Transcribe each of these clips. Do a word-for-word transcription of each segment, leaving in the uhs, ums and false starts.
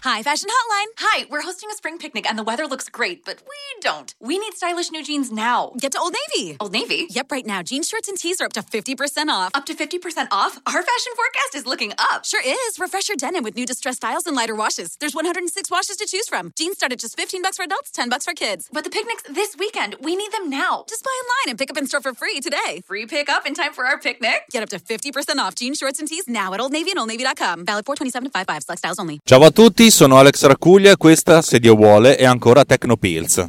Hi, Fashion Hotline. Hi, we're hosting a spring picnic and the weather looks great, but we don't. We need stylish new jeans now. Get to Old Navy. Old Navy? Yep, right now, jeans, shorts, and tees are up to fifty percent off. Up to fifty percent off? Our fashion forecast is looking up. Sure is. Refresh your denim with new distressed styles and lighter washes. There's one hundred six washes to choose from. Jeans start at just fifteen bucks for adults, ten bucks for kids. But the picnic's this weekend. We need them now. Just buy online and pick up in store for free today. Free pickup in time for our picnic? Get up to fifty percent off jeans, shorts, and tees now at Old Navy and old navy dot com. Valid four twenty-seven to five five. Select styles only. Ciao a tutti, sono Alex Racuglia, questa, se Dio vuole, è ancora Tecnopills.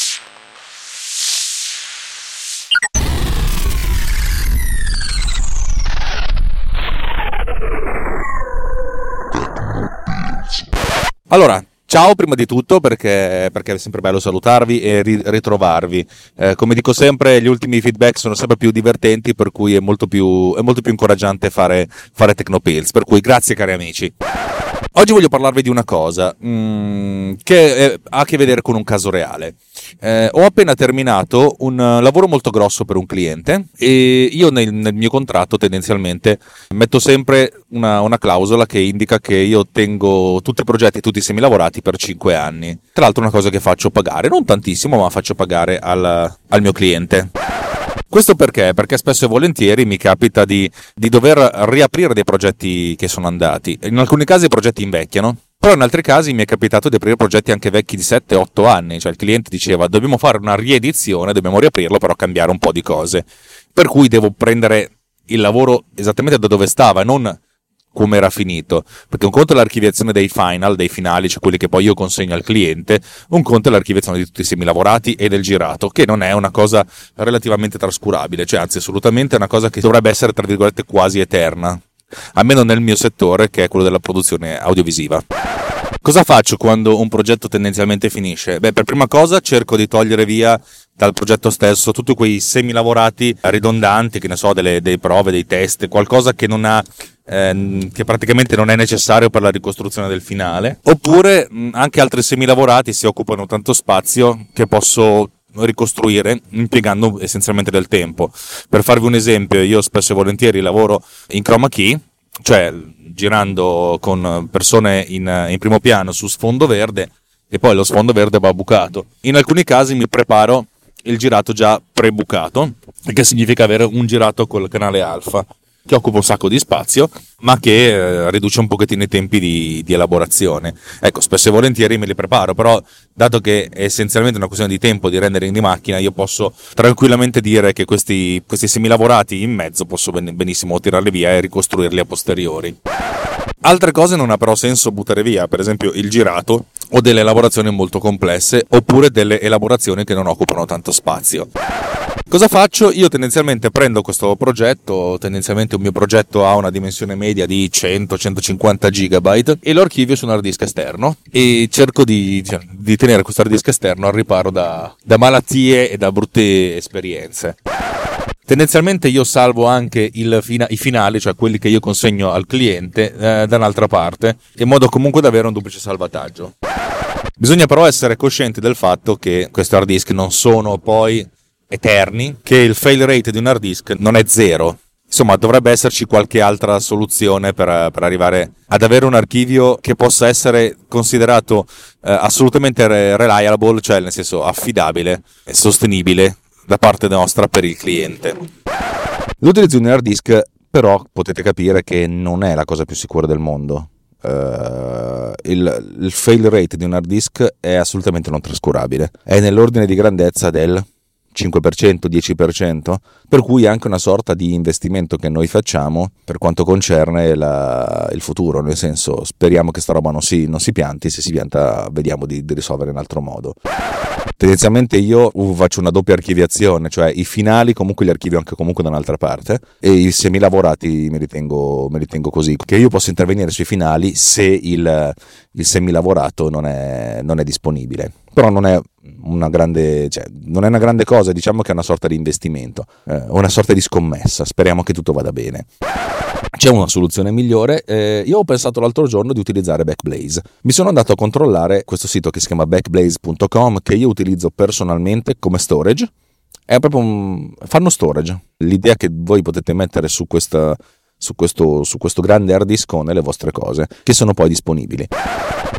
Allora, ciao prima di tutto perché, perché è sempre bello salutarvi e ri- ritrovarvi. Eh, come dico sempre, gli ultimi feedback sono sempre più divertenti, per cui è molto più, è molto più incoraggiante fare, fare Tecnopills, per cui grazie cari amici. Oggi voglio parlarvi di una cosa mh, che è, ha a che vedere con un caso reale. Eh, ho appena terminato un lavoro molto grosso per un cliente e io nel, nel mio contratto tendenzialmente metto sempre una, una clausola che indica che io tengo tutti i progetti e tutti i semilavorati per cinque anni. Tra l'altro una cosa che faccio pagare, non tantissimo, ma faccio pagare al, al mio cliente. Questo perché? Perché spesso e volentieri mi capita di, di dover riaprire dei progetti che sono andati. In alcuni casi i progetti invecchiano, però in altri casi mi è capitato di aprire progetti anche vecchi di sette otto anni, cioè il cliente diceva dobbiamo fare una riedizione, dobbiamo riaprirlo, però cambiare un po' di cose. Per cui devo prendere il lavoro esattamente da dove stava, non come era finito, perché un conto è l'archiviazione dei final, dei finali, cioè quelli che poi io consegno al cliente, un conto è l'archiviazione di tutti i semilavorati e del girato, che non è una cosa relativamente trascurabile, cioè anzi assolutamente è una cosa che dovrebbe essere tra virgolette quasi eterna, almeno nel mio settore che è quello della produzione audiovisiva. Cosa faccio quando un progetto tendenzialmente finisce? Beh, per prima cosa cerco di togliere via dal progetto stesso tutti quei semilavorati ridondanti, che ne so, delle, delle prove, dei test, qualcosa che non ha ehm, che praticamente non è necessario per la ricostruzione del finale, oppure mh, anche altri semilavorati si occupano tanto spazio che posso ricostruire impiegando essenzialmente del tempo. Per farvi un esempio, io spesso e volentieri lavoro in chroma key, cioè girando con persone in, in primo piano su sfondo verde e poi lo sfondo verde va bucato. In alcuni casi mi preparo il girato già prebucato, che significa avere un girato col canale alfa che occupa un sacco di spazio ma che eh, riduce un pochettino i tempi di, di elaborazione. Ecco, spesso e volentieri me li preparo, però dato che è essenzialmente una questione di tempo, di rendering di macchina, io posso tranquillamente dire che questi, questi semilavorati in mezzo posso ben, benissimo tirarli via e ricostruirli a posteriori. Altre cose non ha però senso buttare via, per esempio il girato o delle elaborazioni molto complesse oppure delle elaborazioni che non occupano tanto spazio. Cosa faccio? Io tendenzialmente prendo questo progetto, tendenzialmente un mio progetto ha una dimensione media di cento centocinquanta gigabyte e lo archivio su un hard disk esterno e cerco di, cioè, di tenere questo hard disk esterno al riparo da, da malattie e da brutte esperienze. Tendenzialmente io salvo anche il fina- i finali, cioè quelli che io consegno al cliente, eh, da un'altra parte, in modo comunque da avere un duplice salvataggio. Bisogna però essere coscienti del fatto che questi hard disk non sono poi eterni, che il fail rate di un hard disk non è zero. Insomma, dovrebbe esserci qualche altra soluzione per, per arrivare ad avere un archivio che possa essere considerato eh, assolutamente reliable, cioè nel senso affidabile e sostenibile da parte nostra per il cliente. L'utilizzo di un hard disk però potete capire che non è la cosa più sicura del mondo. Uh, il, il fail rate di un hard disk è assolutamente non trascurabile, è nell'ordine di grandezza del cinque per cento, dieci per cento, per cui è anche una sorta di investimento che noi facciamo per quanto concerne la, il futuro, nel senso speriamo che sta roba non si, non si pianti, se si pianta vediamo di, di risolvere in altro modo. Tendenzialmente io faccio una doppia archiviazione, cioè i finali comunque li archivio anche comunque da un'altra parte e i semilavorati me li tengo, me li tengo così, che io posso intervenire sui finali se il, il semilavorato non è, non è disponibile. Però non è una grande, cioè, non è una grande cosa, diciamo che è una sorta di investimento, eh, una sorta di scommessa, speriamo che tutto vada bene. C'è una soluzione migliore, eh, io ho pensato l'altro giorno di utilizzare Backblaze. Mi sono andato a controllare questo sito che si chiama backblaze punto com, che io utilizzo personalmente come storage. È proprio un... fanno storage. L'idea che voi potete mettere su questa... Su questo, su questo grande hard disk con le vostre cose che sono poi disponibili.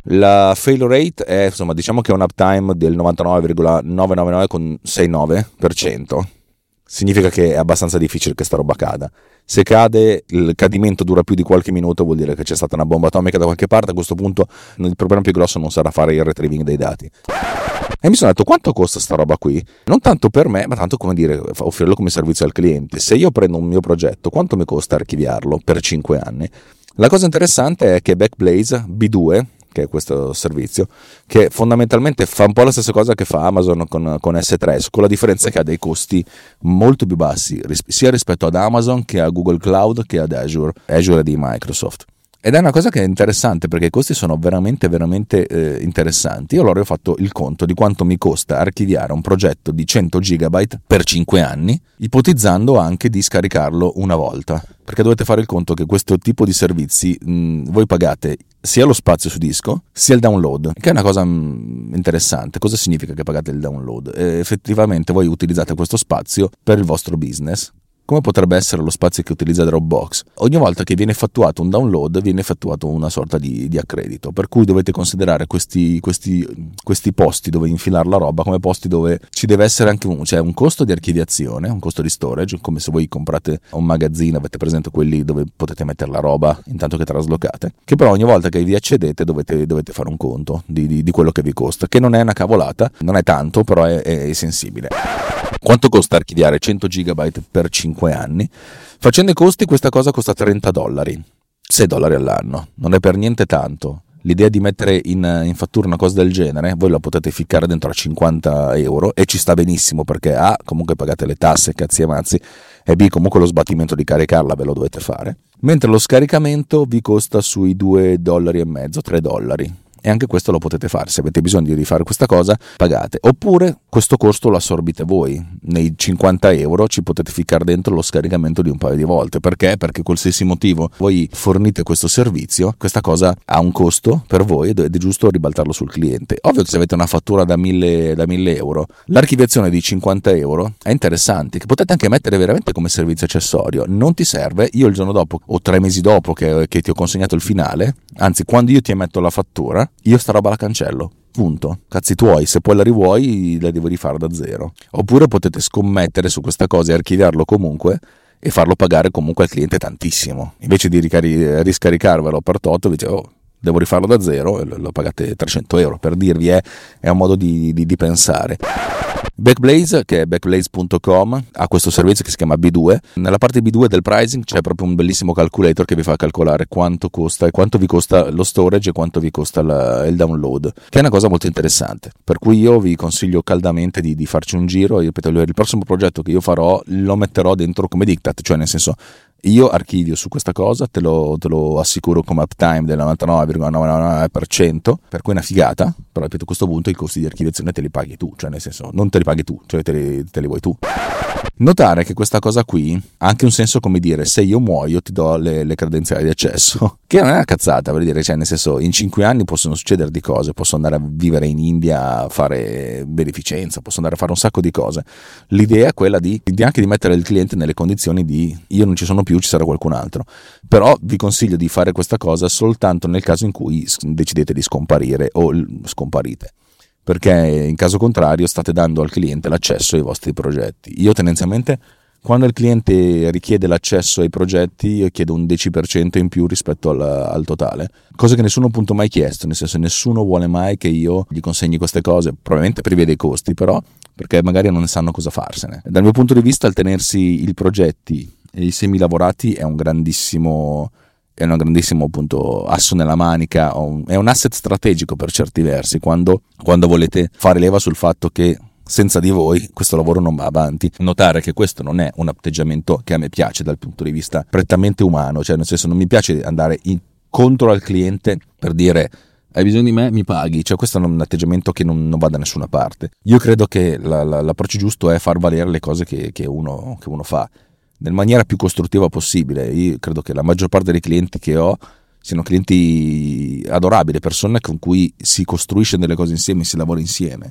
La fail rate è, insomma, diciamo che è un uptime del novantanove virgola novecentonovantanove con sessantanove per cento. Significa che è abbastanza difficile che sta roba cada. Se cade, il cadimento dura più di qualche minuto, vuol dire che c'è stata una bomba atomica da qualche parte. A questo punto il problema più grosso non sarà fare il retrieving dei dati. E mi sono detto, quanto costa sta roba qui? Non tanto per me, ma tanto, come dire, offrirlo come servizio al cliente. Se io prendo un mio progetto, quanto mi costa archiviarlo per cinque anni? La cosa interessante è che Backblaze B due, che è questo servizio, che fondamentalmente fa un po' la stessa cosa che fa Amazon con, con S tre, con la differenza che ha dei costi molto più bassi, sia rispetto ad Amazon che a Google Cloud che ad Azure. Azure è di Microsoft. Ed è una cosa che è interessante perché i costi sono veramente veramente eh, interessanti. Io allora ho fatto il conto di quanto mi costa archiviare un progetto di cento gigabyte per cinque anni, ipotizzando anche di scaricarlo una volta, perché dovete fare il conto che questo tipo di servizi mh, voi pagate sia lo spazio su disco sia il download, che è una cosa mh, interessante. Cosa significa che pagate il download? Eh, effettivamente voi utilizzate questo spazio per il vostro business, come potrebbe essere lo spazio che utilizza Dropbox. Ogni volta che viene effettuato un download viene effettuato una sorta di, di accredito, per cui dovete considerare questi, questi, questi posti dove infilare la roba come posti dove ci deve essere anche un, cioè un costo di archiviazione, un costo di storage, come se voi comprate un magazzino, avete presente quelli dove potete mettere la roba intanto che traslocate, che però ogni volta che vi accedete dovete, dovete fare un conto di, di, di quello che vi costa, che non è una cavolata, non è tanto, però è, è sensibile. Quanto costa archiviare cento gigabyte per cinque anni? Facendo i costi, questa cosa costa trenta dollari, sei dollari all'anno. Non è per niente tanto. L'idea di mettere in, in fattura una cosa del genere, voi la potete ficcare dentro a cinquanta euro e ci sta benissimo, perché A, comunque pagate le tasse, cazzi e mazzi, e B, comunque lo sbattimento di caricarla ve lo dovete fare. Mentre lo scaricamento vi costa sui due dollari e mezzo, tre dollari. E anche questo lo potete fare. Se avete bisogno di rifare questa cosa, pagate. Oppure questo costo lo assorbite voi. Nei cinquanta euro ci potete ficcare dentro lo scaricamento di un paio di volte. Perché? Perché qualsiasi motivo voi fornite questo servizio, questa cosa ha un costo per voi ed è giusto ribaltarlo sul cliente. Ovvio che se avete una fattura da mille, da mille euro, l'archiviazione di cinquanta euro è interessante, che potete anche mettere veramente come servizio accessorio. Non ti serve. Io il giorno dopo o tre mesi dopo che, che ti ho consegnato il finale, anzi quando io ti emetto la fattura, io sta roba la cancello, punto. Cazzi tuoi, se poi la rivuoi la devo rifare da zero. Oppure potete scommettere su questa cosa e archiviarlo comunque e farlo pagare comunque al cliente tantissimo. Invece di ricari- riscaricarvelo per tot, dice, oh, devo rifarlo da zero, e lo pagate trecento euro, per dirvi, è, è un modo di, di, di pensare. Backblaze, che è backblaze punto com, ha questo servizio che si chiama B due. Nella parte B due del pricing c'è proprio un bellissimo calculator che vi fa calcolare quanto costa e quanto vi costa lo storage e quanto vi costa la, il download, che è una cosa molto interessante, per cui io vi consiglio caldamente di, di farci un giro. Io ripeto, il prossimo progetto che io farò lo metterò dentro come diktat, cioè nel senso, io archivio su questa cosa, te lo, te lo assicuro come uptime del novantanove virgola novantanove per cento, per cui è una figata. Però ripeto, a questo punto i costi di archiviazione te li paghi tu, cioè nel senso non te li paghi tu, cioè te li, te li vuoi tu. Notare che questa cosa qui ha anche un senso, come dire, se io muoio ti do le, le credenziali di accesso, che non è una cazzata, per dire, cioè nel senso, in cinque anni possono succedere di cose, posso andare a vivere in India a fare beneficenza, posso andare a fare un sacco di cose. L'idea è quella di, di anche di mettere il cliente nelle condizioni di io non ci sono più, ci sarà qualcun altro. Però vi consiglio di fare questa cosa soltanto nel caso in cui decidete di scomparire o scomparite, perché in caso contrario state dando al cliente l'accesso ai vostri progetti. Io tendenzialmente, quando il cliente richiede l'accesso ai progetti, io chiedo un dieci per cento in più rispetto al, al totale, cosa che nessuno appunto mai chiesto, nel senso nessuno vuole mai che io gli consegni queste cose, probabilmente prive dei costi, però perché magari non ne sanno cosa farsene. Dal mio punto di vista il tenersi i progetti e i semi lavorati è un grandissimo è un grandissimo appunto asso nella manica, è un asset strategico per certi versi, quando, quando volete fare leva sul fatto che senza di voi questo lavoro non va avanti. Notare che questo non è un atteggiamento che a me piace dal punto di vista prettamente umano, cioè nel senso non mi piace andare incontro al cliente per dire hai bisogno di me, mi paghi, cioè questo è un atteggiamento che non, non va da nessuna parte. Io credo che la, la, l'approccio giusto è far valere le cose che, che, uno, che uno fa nella maniera più costruttiva possibile. Io credo che la maggior parte dei clienti che ho siano clienti adorabili, persone con cui si costruisce delle cose insieme, si lavora insieme.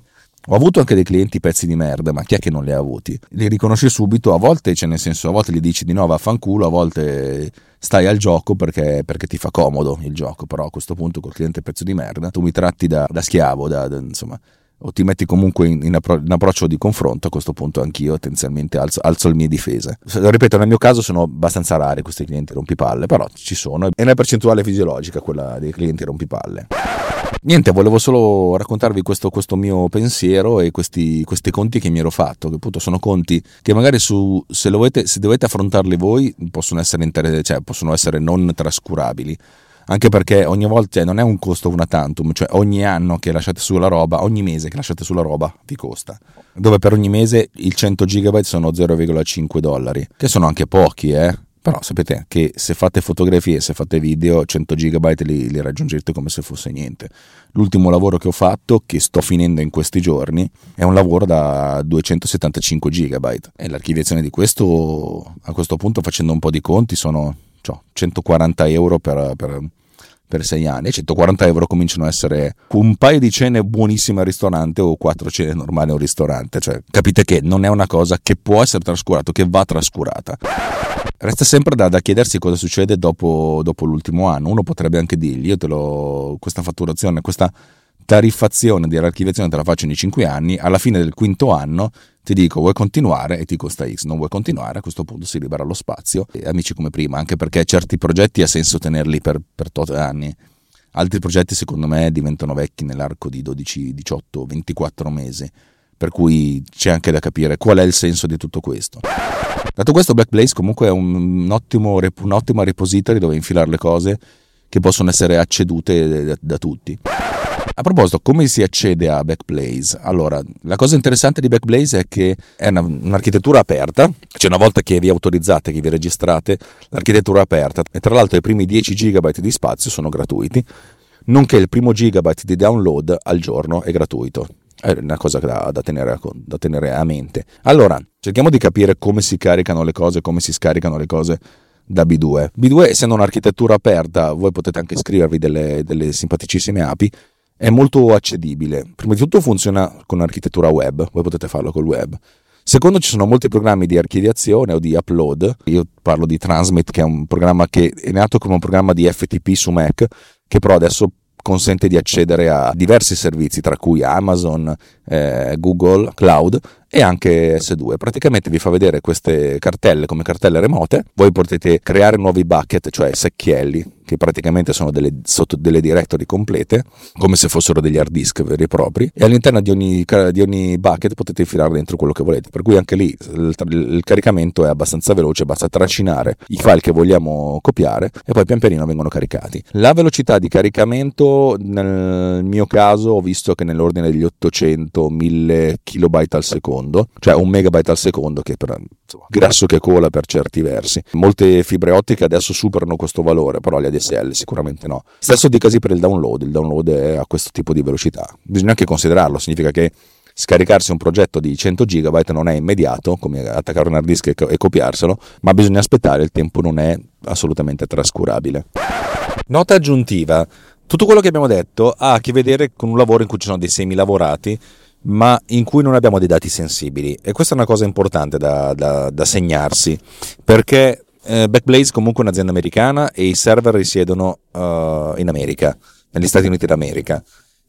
Ho avuto anche dei clienti pezzi di merda, ma chi è che non li ha avuti? Li riconosci subito, a volte, cioè nel senso, a volte gli dici di no, vaffanculo, a volte stai al gioco perché, perché ti fa comodo il gioco, però a questo punto col cliente pezzo di merda tu mi tratti da, da schiavo, da, da, insomma, o ti metti comunque in, in, appro- in approccio di confronto. A questo punto anch'io tendenzialmente alzo, alzo le mie difese. Ripeto, nel mio caso sono abbastanza rari questi clienti rompipalle, però ci sono, è una percentuale fisiologica quella dei clienti rompipalle. Niente, volevo solo raccontarvi questo, questo mio pensiero e questi, questi conti che mi ero fatto, che appunto sono conti che magari su, se, lo volete, se dovete affrontarli voi possono essere, inter- cioè, possono essere non trascurabili, anche perché ogni volta non è un costo una tantum, cioè ogni anno che lasciate sulla roba, ogni mese che lasciate sulla roba vi costa, dove per ogni mese il cento gigabyte sono zero virgola cinque dollari, che sono anche pochi, eh. Però sapete che se fate fotografie, se fate video, cento gigabyte li, li raggiungete come se fosse niente. L'ultimo lavoro che ho fatto, che sto finendo in questi giorni, è un lavoro da duecentosettantacinque gigabyte. E l'archiviazione di questo, a questo punto, facendo un po' di conti, sono cioè, centoquaranta euro per, per, per sei anni. E centoquaranta euro cominciano a essere un paio di cene buonissime al ristorante o quattro cene normali a un ristorante. Cioè, capite che non è una cosa che può essere trascurata, che va trascurata. Resta sempre da, da chiedersi cosa succede dopo, dopo l'ultimo anno. Uno potrebbe anche dirgli, io te lo, questa fatturazione, questa tariffazione di archiviazione te la faccio nei cinque anni, alla fine del quinto anno ti dico vuoi continuare e ti costa X, non vuoi continuare, a questo punto si libera lo spazio e amici come prima, anche perché certi progetti ha senso tenerli per, per tot anni. Altri progetti secondo me diventano vecchi nell'arco di dodici, diciotto, ventiquattro mesi, per cui c'è anche da capire qual è il senso di tutto questo. Dato questo, Backblaze comunque è un ottimo, un'ottima repository dove infilare le cose che possono essere accedute da, da tutti. A proposito, come si accede a Backblaze? Allora, la cosa interessante di Backblaze è che è una, un'architettura aperta, cioè una volta che vi autorizzate, che vi registrate, l'architettura è aperta e tra l'altro i primi dieci gigabyte di spazio sono gratuiti, nonché il primo gigabyte di download al giorno è gratuito. È una cosa da, da, tenere, da tenere a mente. Allora, cerchiamo di capire come si caricano le cose, come si scaricano le cose da B due. B due, essendo un'architettura aperta, voi potete anche scrivervi delle, delle simpaticissime A P I, è molto accedibile. Prima di tutto funziona con architettura web, voi potete farlo col web. Secondo, ci sono molti programmi di archiviazione o di upload. Io parlo di Transmit, che è un programma che è nato come un programma di F T P su Mac, che però adesso consente di accedere a diversi servizi, tra cui Amazon, eh, Google Cloud e anche S due. Praticamente vi fa vedere queste cartelle come cartelle remote. Voi potete creare nuovi bucket, cioè secchielli, che praticamente sono delle, sotto delle directory complete, come se fossero degli hard disk veri e propri, e all'interno di ogni, di ogni bucket potete infilare dentro quello che volete, per cui anche lì il, il caricamento è abbastanza veloce, basta tracinare i file che vogliamo copiare e poi pian pianino vengono caricati. La velocità di caricamento nel mio caso ho visto che nell'ordine degli ottocento mille kilobyte al secondo, cioè un megabyte al secondo, che per insomma, grasso che cola per certi versi. Molte fibre ottiche adesso superano questo valore, però le A D S L sicuramente no. Stesso dicasi per il download, il download è a questo tipo di velocità. Bisogna anche considerarlo, significa che scaricarsi un progetto di cento gigabyte non è immediato, come attaccare un hard disk e copiarselo, ma bisogna aspettare, il tempo non è assolutamente trascurabile. Nota aggiuntiva: tutto quello che abbiamo detto ha a che vedere con un lavoro in cui ci sono dei semi lavorati, ma in cui non abbiamo dei dati sensibili, e questa è una cosa importante da, da, da segnarsi, perché eh, Backblaze comunque è un'azienda americana e i server risiedono uh, in America, negli Stati Uniti d'America.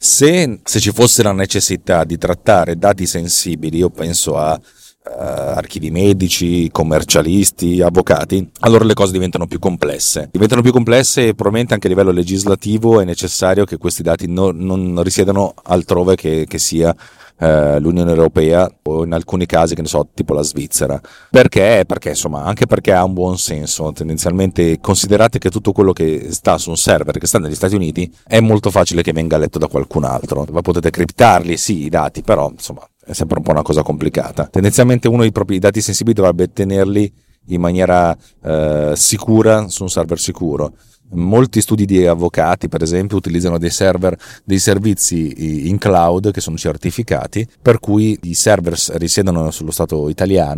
Se, se ci fosse la necessità di trattare dati sensibili, io penso a uh, archivi medici, commercialisti, avvocati, allora le cose diventano più complesse. Diventano più complesse e probabilmente anche a livello legislativo è necessario che questi dati no, non risiedano altrove che, che sia Uh, l'Unione Europea o in alcuni casi, che ne so, tipo la Svizzera. Perché? Perché insomma, anche perché ha un buon senso. Tendenzialmente considerate che tutto quello che sta su un server che sta negli Stati Uniti è molto facile che venga letto da qualcun altro. Ma potete criptarli, sì, i dati, però insomma è sempre un po' una cosa complicata. Tendenzialmente uno dei propri dati sensibili dovrebbe tenerli in maniera uh, sicura su un server sicuro. Molti studi di avvocati, per esempio, utilizzano dei server, dei servizi in cloud che sono certificati, per cui i server risiedono sullo stato italiano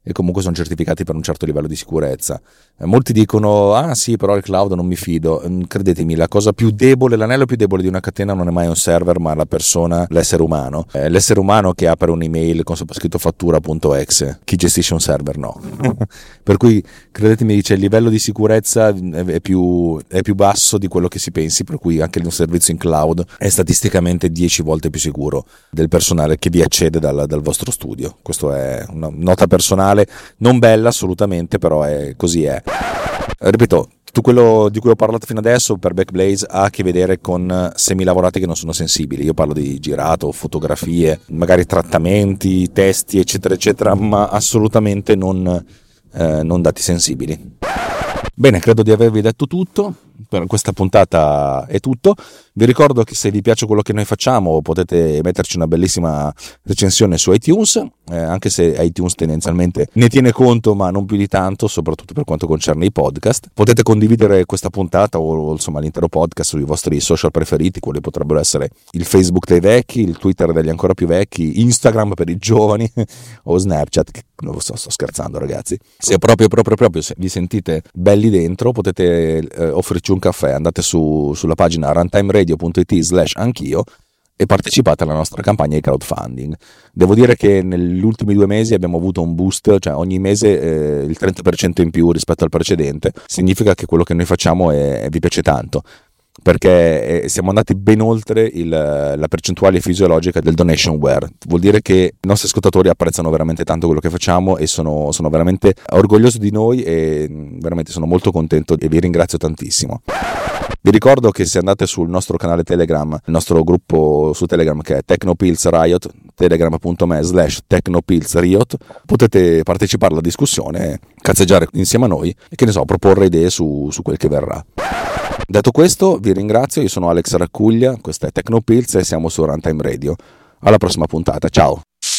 e comunque sono certificati per un certo livello di sicurezza. Eh, molti dicono, ah sì, però il cloud non mi fido. Mm, credetemi, la cosa più debole, l'anello più debole di una catena non è mai un server, ma la persona, l'essere umano. Eh, l'essere umano che apre un'email con sottoscritto fattura.exe, chi gestisce un server no. Per cui credetemi, cioè, il livello di sicurezza è più, è più basso di quello che si pensi, per cui anche un servizio in cloud è statisticamente dieci volte più sicuro del personale che vi accede dal, dal vostro studio. Questa è una nota personale, non bella assolutamente, però è così è. Ripeto, tutto quello di cui ho parlato fino adesso per Backblaze ha a che vedere con semilavorati che non sono sensibili. Io parlo di girato, fotografie, magari trattamenti, testi eccetera eccetera, ma assolutamente non, eh, non dati sensibili. Bene, credo di avervi detto tutto. Per questa puntata è tutto. Vi ricordo che se vi piace quello che noi facciamo potete metterci una bellissima recensione su iTunes, eh, anche se iTunes tendenzialmente ne tiene conto, ma non più di tanto, soprattutto per quanto concerne i podcast. Potete condividere questa puntata o insomma l'intero podcast sui vostri social preferiti, quelli potrebbero essere il Facebook dei vecchi, il Twitter degli ancora più vecchi, Instagram per i giovani o Snapchat, che non lo so, sto scherzando ragazzi. Se proprio proprio proprio vi sentite belli dentro, potete eh, offrirci un caffè, andate su, sulla pagina runtimeradio.it slash anch'io e partecipate alla nostra campagna di crowdfunding. Devo dire che negli ultimi due mesi abbiamo avuto un boost, cioè ogni mese eh, il trenta per cento in più rispetto al precedente. Significa che quello che noi facciamo è, vi piace tanto, perché eh, siamo andati ben oltre il, la percentuale fisiologica del donationware. Vuol dire che i nostri ascoltatori apprezzano veramente tanto quello che facciamo e sono, sono veramente orgogliosi di noi e veramente sono molto contento e vi ringrazio tantissimo. Vi ricordo che se andate sul nostro canale Telegram, il nostro gruppo su Telegram che è Technopills Riot, telegram.me slash Technopills Riot, potete partecipare alla discussione, cazzeggiare insieme a noi e che ne so, proporre idee su, su quel che verrà. Detto questo, vi ringrazio, io sono Alex Raccuglia, questa è Technopills e siamo su Runtime Radio. Alla prossima puntata, ciao!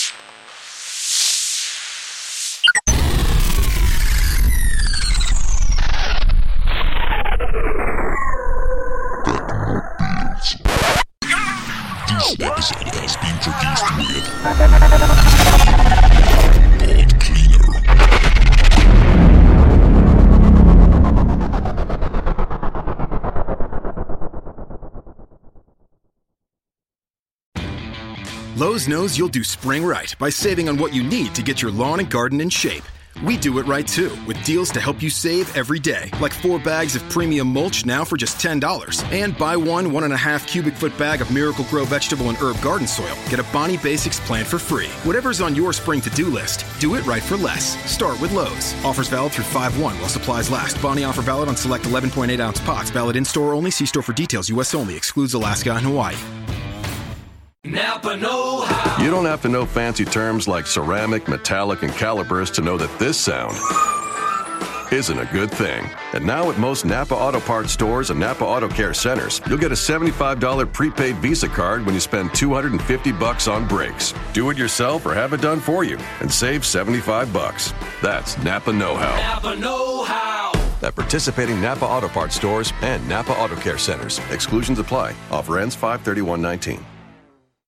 This episode has been produced with Pod Cleaner. Lowe's knows you'll do spring right by saving on what you need to get your lawn and garden in shape. We do it right too, with deals to help you save every day, like four bags of premium mulch now for just ten dollars. And buy one one and a half cubic foot bag of Miracle-Gro vegetable and herb garden soil. Get a Bonnie Basics plant for free. Whatever's on your spring to-do list, do it right for less. Start with Lowe's. Offers valid through five one while supplies last. Bonnie offer valid on select eleven point eight ounce pots. Valid in-store only. See store for details. U S only. Excludes Alaska and Hawaii. Napa know-how. You don't have to know fancy terms like ceramic, metallic, and calipers to know that this sound isn't a good thing. And now at most Napa Auto Parts stores and Napa Auto Care centers, you'll get a seventy-five dollars prepaid Visa card when you spend two hundred fifty bucks on brakes. Do it yourself or have it done for you and save seventy-five bucks. That's Napa know-how. Napa know-how. At participating Napa Auto Parts stores and Napa Auto Care centers. Exclusions apply. Offer ends five thirty-one nineteen.